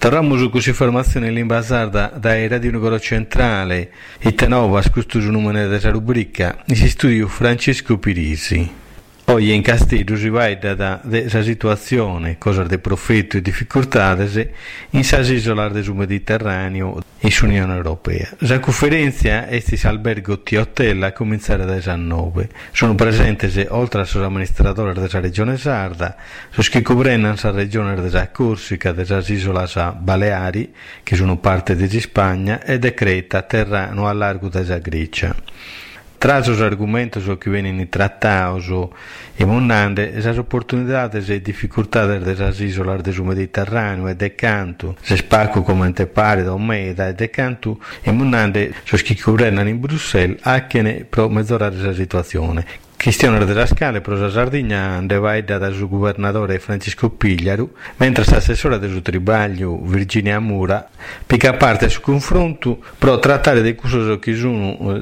Torniamo con informazioni in lingua sarda dai Radio Nugoro Centrale e Tenovas, questo è il numero della rubrica, in studio Francesco Pirisi. Oggi in Castello si va da questa situazione, cosa di profitto e difficoltà, in isola del Mediterraneo e sull'Unione Europea. La conferenza è albergo T-Hotel a cominciare da 19. Sono presenti, oltre al amministratore della regione sarda, che coprono la regione della Corsica, delle isole Baleari, che sono parte di Spagna, e di Creta, terreno a largo della Grecia. Tra os argumentos que vêm tratados e monande, as oportunidades e dificuldades das islas do Mediterrâneo e de canto, se spacco come antepare da Omeda e de canto e monande, os que governano in Bruxelles, anche pro migliorare la situazione. Cristiano della Scala pro la Sardegna andevaida dal suo governatore Francisco Pigliaru, mentre l'assessore del suo tribaglio Virginia Mura pica parte su confronto pro trattare di cose che sono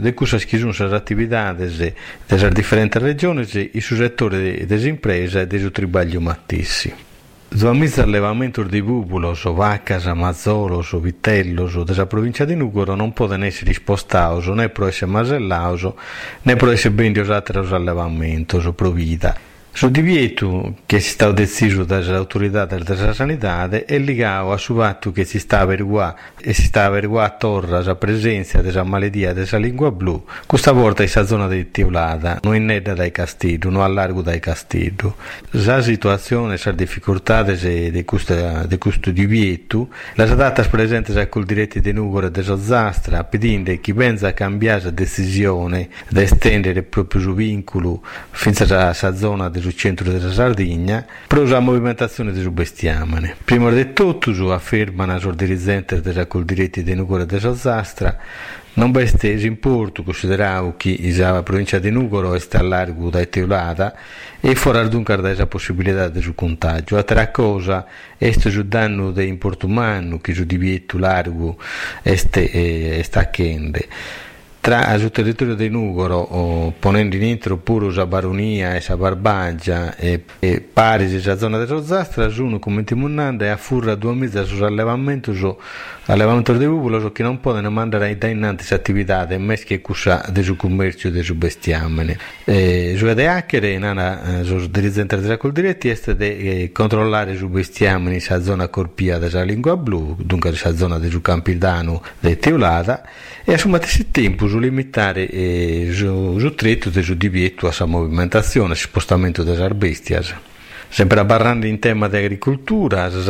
le attività delle differenti regioni e sul settore delle imprese e del suo tribaglio mattissi. Zuamiz allevamento di bubulos, o vaccas, mazzoros, o vitellos della provincia di Nugoro non possono essere spostati né pro essere masellaus né pro essere ben usati allevamenti o provvida. Su divieto che si sta deciso dalle autorità della sanità è legato al fatto che si sta averiguando attorno alla presenza della malattia della lingua blu, questa volta in zona di Teulada, non in neda dai Castiglio, non a largo dai Castiglio. La situazione, le difficoltà di questo divieto, le date presenti col diretti di Nugoro e di Sozzastra, pedendo chi pensa a cambiare la decisione di estendere il proprio vincolo fino alla zona sul centro della Sardegna, per la movimentazione di bestiamane. Prima di tutto, affermano i dirigenti della Coldiretti di Nugoro e di Sozzastra, non beste importo considerato che la provincia di Nugoro è a largo da Teulada e fuori dunque la possibilità di contagio. Altra cosa è il danno di importo umano che il divieto largo sta chende. Tra il territorio di Nugoro, ponendo in intro pure la baronia e la barbaggia e Parisi e la zona di Rozzastra, sono come timunande a furra 2 mesi sull'allevamento di bubulos che non possono mandare da innanzi attività e meschi e cussa del commercio del bestiamene. Sulle hacker, i dirigenti della Coldiretti, è di controllare i bestiameni nella zona corpia della lingua blu, dunque nella zona del Campidano di Teulada, e a suo stesso tempo limitare il tretto del divieto a movimentazione, spostamento delle bestie. Sempre parlando in tema di agricoltura, le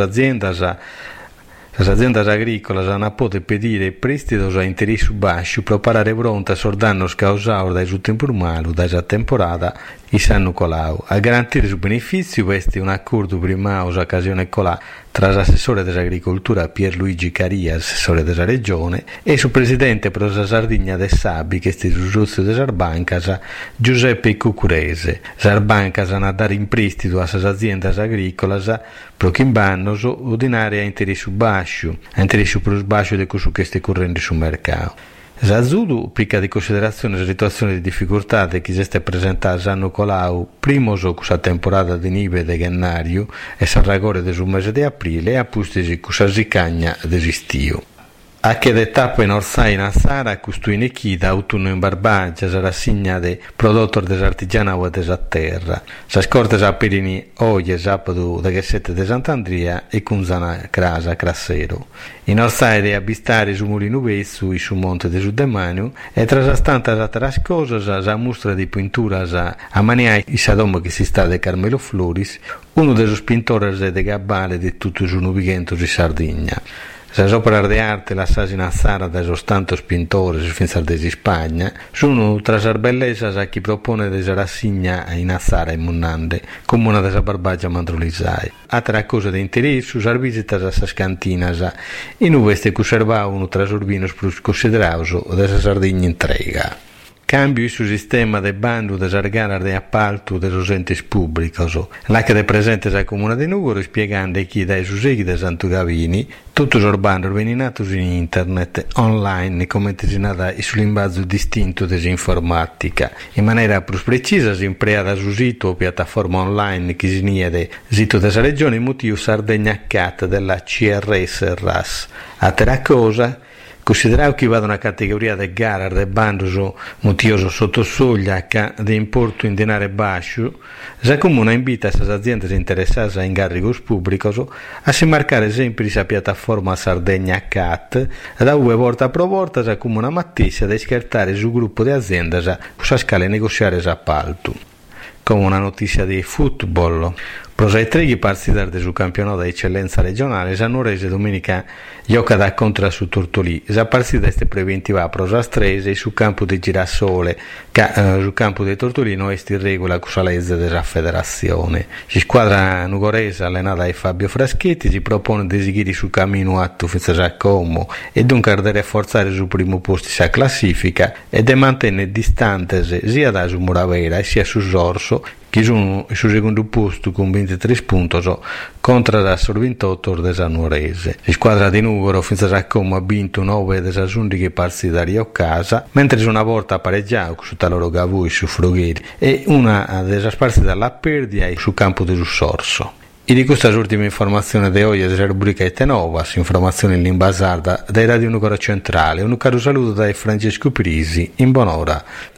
aziende agricole hanno potuto pedire prestiti a interessi bassi per preparare pronta a danni causati dai temporali o dalla temporada e San Nicolau. A garantire il beneficio questo è un accordo primario occasione colà tra l'assessore dell'agricoltura Pierluigi Caria, assessore della regione, e il presidente per la Sardegna del Sabi, che è il giudizio della Sarbancas, Giuseppe Cucurese. Sarbancas hanno dato in prestito alle aziende agricole per che vanno ordinare a interessi bassi più bassi di quello che sta correndo sul mercato. Zazudu, picca di considerazione la situazione di difficoltà che si è presentata a San Nicolau, primo con la temporada di neve di gennaio e Sarragore del mese di aprile e appustesi con la zicagna dell'estio. A che le tappe in Orsai in Assara, costruine chida, autunno in Barbaggia, la rassegna dei prodotti dell'artigianato e della terra. La scorte a Perini, oggi sabato da Gessette di Sant'Andrea e Cunzana Crasa, Crassero. In Orsai di abistare su Mulino Vessu e su Monte de Sudemaniu e tra tantas altre cose, la mostra di pintura a Maniai e Sadom che si sta di Carmelo Floris, uno dei pittori de Gabbale di tutto il Nuvigento di Sardegna. Le opere di arte lasciate in Assara dai tantos pittori fino a Spagna sono tra le bellezze a chi propone della rassegna in Assara e Munnande, come una delle barbaggia mandrolizai. Altra cosa di interesse, le visite a Sascantinas in cui si conservavano tra i urbini più considerati della Sardegna in trega. cambio sul sistema de bando de sargana de appalto de los entes pubblici, la che de presente sa comune di Nuoro spiegando chi dai suseghi de Santo Gavini, tutti i bandi veninato in internet, online, come si nada sull'invaso distinto disinformatica. In maniera più precisa si impreada su sito o piattaforma online che si niede sito della regione motivo Sardegna Cat della CRS RAS. A terra cosa, consideravo che vada una categoria di gara di bando motioso sotto soglia che di importo in denaro basso, la comune invita le aziende interessate a ingarrigos pubblici a si marcare sempre la piattaforma Sardegna Cat da dove volta per volta la comune mattissa da scartare sul gruppo di aziende su scala negoziare l'appalto. Come una notizia di football, prosai tre partite sul campionato di eccellenza regionale, Sanuorese domenica gioca da contra su Tortolì. La partita è preventiva a Prosastrese sul campo di Girasole, che sul campo di Tortolì non è in regola con la legge della federazione. La squadra nugorese allenata da Fabio Fraschetti si propone di seguire sul cammino atto fino a Como e dunque di rafforzare sul primo posto la classifica e di mantenere distante sia da su Muravera sia su Sorso che sono sul secondo posto con 23 punti contro la Sorvintotto del Sanuorese. La squadra di Nuoro fino a Como ha vinto 9 delle 11 partite a Rio Casa, mentre una volta pareggiato su Taloro Gavù e su Frogheri e una delle partite alla perdita sul campo di Sorso. E di questa ultima informazione di oggi della rubrica Etenova, informazioni in lingua sarda dai Radio Nucoro Centrale. Un caro saluto da Francesco Pirisi, in buon'ora.